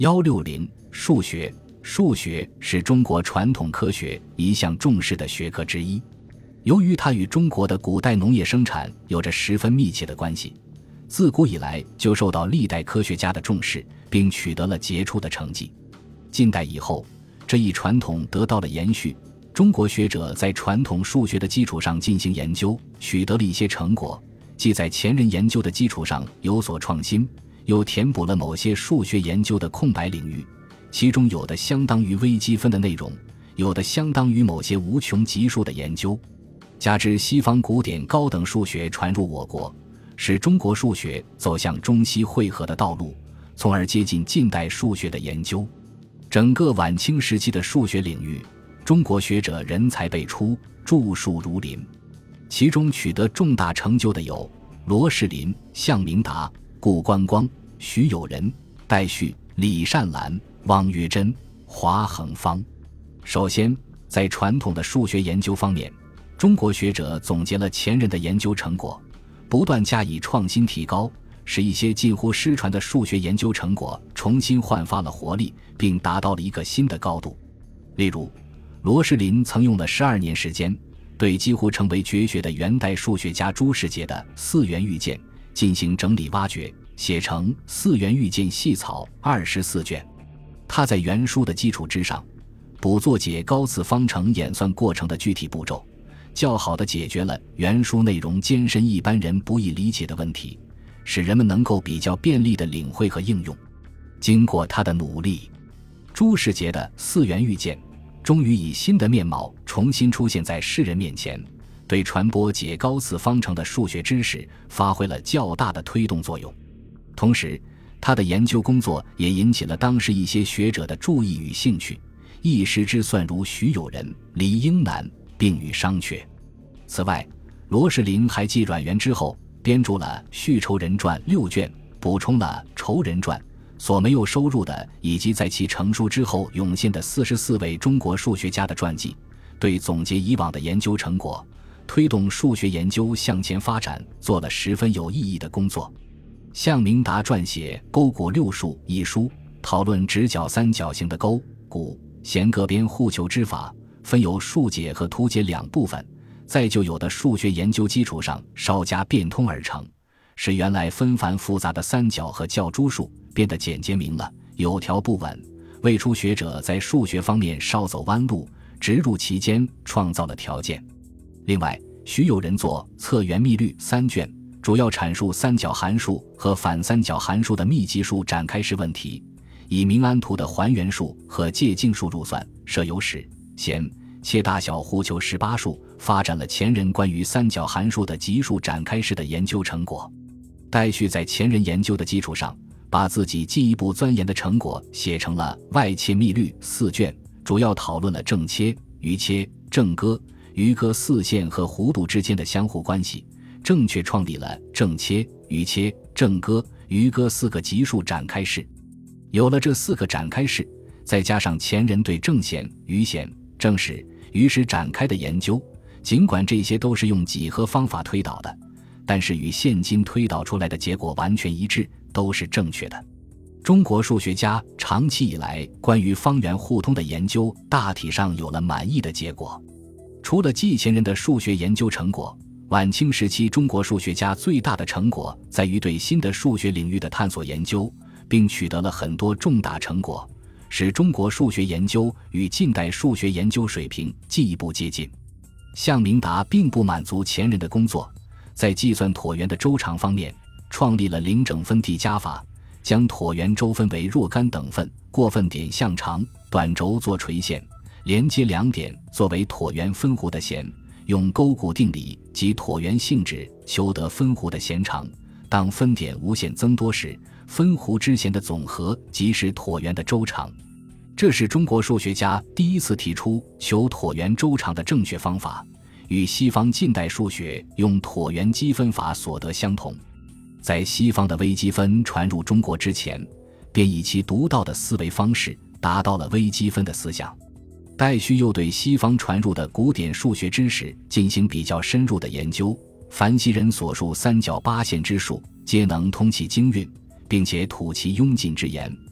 160数学。数学是中国传统科学一项重视的学科之一，由于它与中国的古代农业生产有着十分密切的关系，自古以来就受到历代科学家的重视，并取得了杰出的成绩。近代以后，这一传统得到了延续，中国学者在传统数学的基础上进行研究，取得了一些成果，既在前人研究的基础上有所创新，又填补了某些数学研究的空白领域，其中有的相当于微积分的内容，有的相当于某些无穷级数的研究。加之西方古典高等数学传入我国，使中国数学走向中西汇合的道路，从而接近近代数学的研究。整个晚清时期的数学领域，中国学者人才辈出，著述如林。其中取得重大成就的有罗士林、向明达、顾观光、徐有仁、戴旭、李善兰、汪约真、华恒方。首先，在传统的数学研究方面，中国学者总结了前人的研究成果，不断加以创新提高，使一些近乎失传的数学研究成果重新焕发了活力，并达到了一个新的高度。例如，罗士林曾用了12年时间，对几乎成为绝学的元代数学家朱世杰的四元玉鉴进行整理挖掘，写成《四元玉鉴细草》24卷。他在原书的基础之上，补作解高次方程演算过程的具体步骤，较好地解决了原书内容艰深一般人不易理解的问题，使人们能够比较便利地领会和应用。经过他的努力，朱世杰的四元玉鉴终于以新的面貌重新出现在世人面前，对传播解高次方程的数学知识发挥了较大的推动作用。同时，他的研究工作也引起了当时一些学者的注意与兴趣，一时之算如徐有仁、李英男，并与商榷。此外，罗士林还继阮元之后编著了《续仇人传》6卷，补充了仇人传所没有收入的以及在其成书之后涌现的44位中国数学家的传记，对总结以往的研究成果，推动数学研究向前发展做了十分有意义的工作。向明达撰写《勾股六数》一书，讨论直角三角形的勾、股、弦各边互求之法，分有数解和图解两部分，在旧有的数学研究基础上稍加变通而成，使原来纷繁复杂的三角和教诸数变得简洁明了，有条不紊，为初学者在数学方面少走弯路，直入其间创造了条件。另外，徐有仁作《测圆密律》3卷，主要阐述三角函数和反三角函数的密集数展开式问题，以明安图的还原数和介径数入算，设有始、弦、切大小互求18数，发展了前人关于三角函数的级数展开式的研究成果。戴旭在前人研究的基础上，把自己进一步钻研的成果写成了《外切密律》4卷，主要讨论了正切、余切、正割、余割四线和弧度之间的相互关系，正确创立了正切、余切、正割、余割4个级数展开式。有了这4个展开式，再加上前人对正弦、余弦、正始、余始展开的研究，尽管这些都是用几何方法推导的，但是与现今推导出来的结果完全一致，都是正确的。中国数学家长期以来关于方圆互通的研究大体上有了满意的结果。除了继前人的数学研究成果，晚清时期中国数学家最大的成果在于对新的数学领域的探索研究，并取得了很多重大成果，使中国数学研究与近代数学研究水平进一步接近。向明达并不满足前人的工作，在计算椭圆的周长方面创立了零整分递加法，将椭圆周分为若干等份，过分点向长，短轴做垂线，连接两点作为椭圆分弧的弦，用勾股定理及椭圆性质求得分弧的弦长，当分点无限增多时，分弧之弦的总和即是椭圆的周长。这是中国数学家第一次提出求椭圆周长的正确方法，与西方近代数学用椭圆积分法所得相同。在西方的微积分传入中国之前，便以其独到的思维方式达到了微积分的思想。戴旭又对西方传入的古典数学知识进行比较深入的研究，凡昔人所述三角八线之数，皆能通其经运，并且吐其庸尽之言，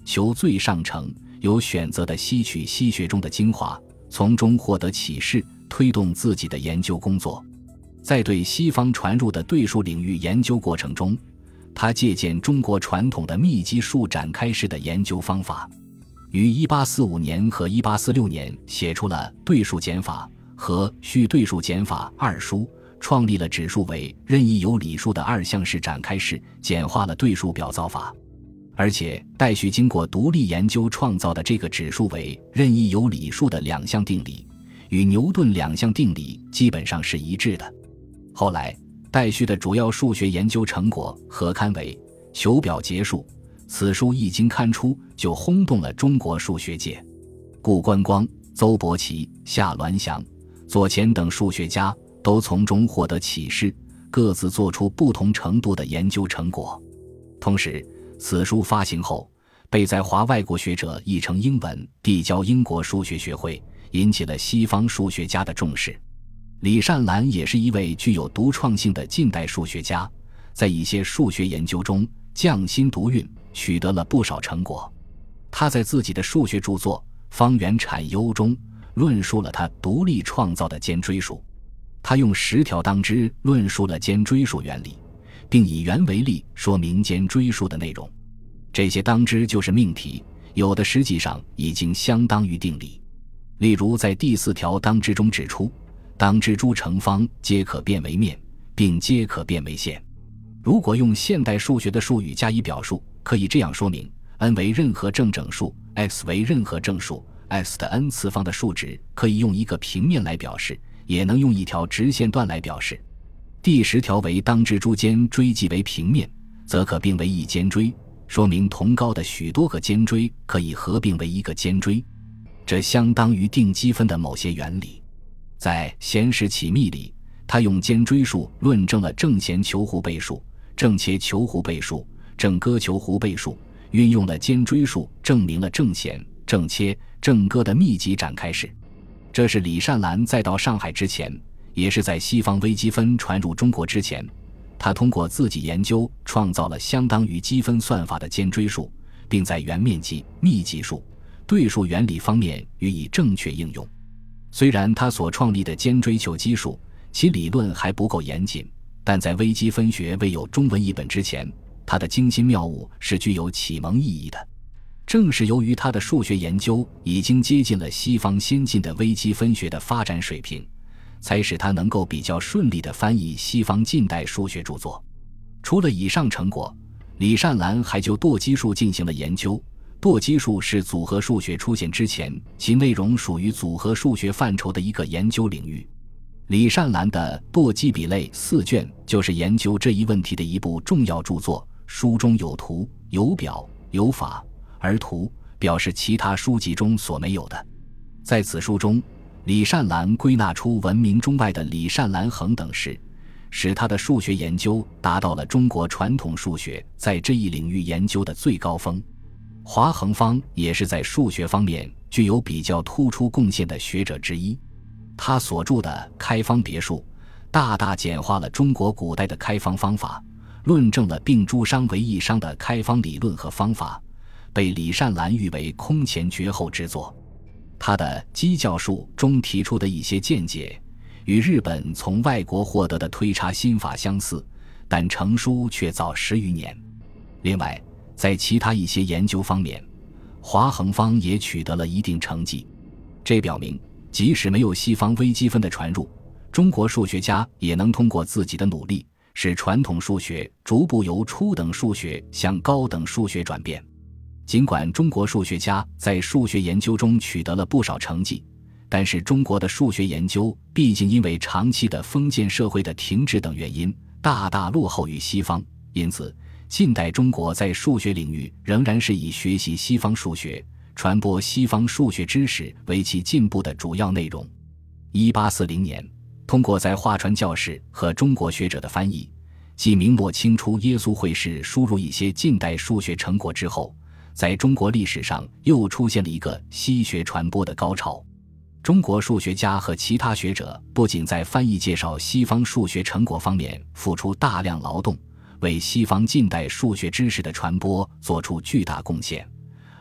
求最上乘，有选择地吸取西学中的精华，从中获得启示，推动自己的研究工作。在对西方传入的对数领域研究过程中，他借鉴中国传统的密集术展开式的研究方法，于1845年和1846年写出了《对数减法》和《续对数减法》二书，创立了指数为任意有理数的二项式展开式，简化了对数表造法。而且戴旭经过独立研究创造的这个指数为任意有理数的两项定理，与牛顿两项定理基本上是一致的。后来戴旭的主要数学研究成果合刊为《求表结束》，此书一经刊出就轰动了中国数学界。顾观光、邹伯奇、夏鸾祥、左乾等数学家都从中获得启示，各自做出不同程度的研究成果。同时，此书发行后，被在华外国学者译成英文，递交英国数学学会，引起了西方数学家的重视。李善兰也是一位具有独创性的近代数学家，在一些数学研究中匠心独运，取得了不少成果。他在自己的数学著作《方圆阐优》中论述了他独立创造的尖锥数。他用10条当支论述了尖锥数原理，并以圆为例说明尖锥数的内容。这些当支就是命题，有的实际上已经相当于定理。例如在第4条当支中指出，当支诸乘方皆可变为面，并皆可变为线。如果用现代数学的术语加以表述，可以这样说明： n 为任何正整数， x 为任何正数， x 的 n 次方的数值可以用一个平面来表示，也能用一条直线段来表示。第10条为当支诸尖锥既为平面，则可并为一尖锥，说明同高的许多个尖锥可以合并为一个尖锥，这相当于定积分的某些原理。在《闲时起秘》里，他用尖锥数论证了正弦求弧倍数、正切求弧倍数、正割求弧倍数，运用了尖锥数证明了正弦、正切、正割的密集展开式。这是李善兰在到上海之前，也是在西方微积分传入中国之前，他通过自己研究创造了相当于积分算法的尖锥数，并在圆面积、密集数、对数原理方面予以正确应用。虽然他所创立的尖锥求基数其理论还不够严谨，但在微积分学未有中文译本之前，他的精心妙悟是具有启蒙意义的。正是由于他的数学研究已经接近了西方先进的微积分学的发展水平，才使他能够比较顺利地翻译西方近代数学著作。除了以上成果，李善兰还就舵基数进行了研究。舵基数是组合数学出现之前，其内容属于组合数学范畴的一个研究领域。李善兰的《舵基比类》4卷就是研究这一问题的一部重要著作，书中有图、有表、有法，而图表是其他书籍中所没有的。在此书中，李善兰归纳出闻名中外的李善兰恒等式，使他的数学研究达到了中国传统数学在这一领域研究的最高峰。华恒方也是在数学方面具有比较突出贡献的学者之一。他所著的《开方别数》大大简化了中国古代的开方方法，论证了并诸商为一商的开方理论和方法，被李善兰誉为空前绝后之作。他的基教数中提出的一些见解与日本从外国获得的推差心法相似，但成书却早10余年。另外，在其他一些研究方面，华恒方也取得了一定成绩。这表明，即使没有西方微积分的传入，中国数学家也能通过自己的努力，使传统数学逐步由初等数学向高等数学转变。尽管中国数学家在数学研究中取得了不少成绩，但是中国的数学研究毕竟因为长期的封建社会的停滞等原因，大大落后于西方，因此近代中国在数学领域仍然是以学习西方数学、传播西方数学知识为其进步的主要内容。1840年，通过在华传教士和中国学者的翻译，即明末清初耶稣会士输入一些近代数学成果之后，在中国历史上又出现了一个西学传播的高潮。中国数学家和其他学者不仅在翻译介绍西方数学成果方面付出大量劳动，为西方近代数学知识的传播做出巨大贡献，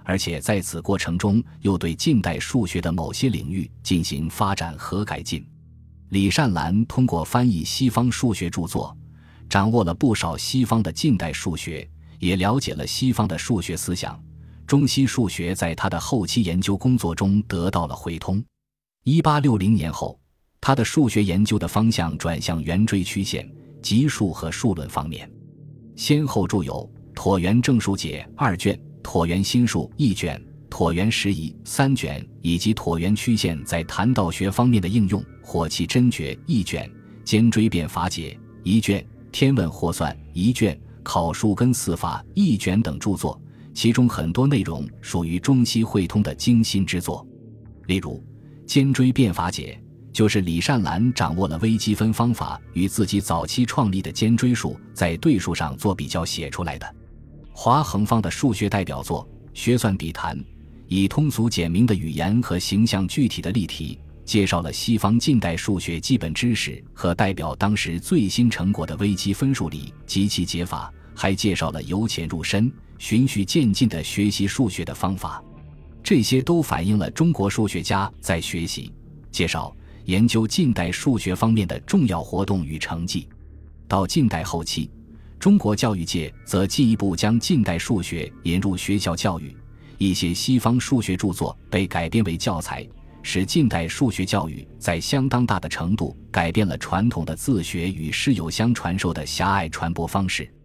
而且在此过程中又对近代数学的某些领域进行发展和改进。李善兰通过翻译西方数学著作，掌握了不少西方的近代数学，也了解了西方的数学思想，中西数学在他的后期研究工作中得到了汇通。1860年后，他的数学研究的方向转向圆锥曲线、级数和数论方面，先后著有《椭圆正数解》2卷、《椭圆心数》1卷、《椭圆时仪》3卷，以及《椭圆曲线在弹道学方面的应用》火气真诀1卷、《尖锥变法解》1卷、《天问惑算》1卷、《考数根四法》1卷等著作，其中很多内容属于中西汇通的精心之作。例如尖锥变法解就是李善兰掌握了微积分方法与自己早期创立的尖锥数在对数上做比较写出来的。华恒方的数学代表作《学算笔谈》，以通俗简明的语言和形象具体的例题，介绍了西方近代数学基本知识和代表当时最新成果的微积分数理及其解法，还介绍了由浅入深、循序渐进的学习数学的方法。这些都反映了中国数学家在学习、介绍、研究近代数学方面的重要活动与成绩。到近代后期，中国教育界则进一步将近代数学引入学校教育，一些西方数学著作被改编为教材，使近代数学教育在相当大的程度改变了传统的自学与师友相传授的狭隘传播方式。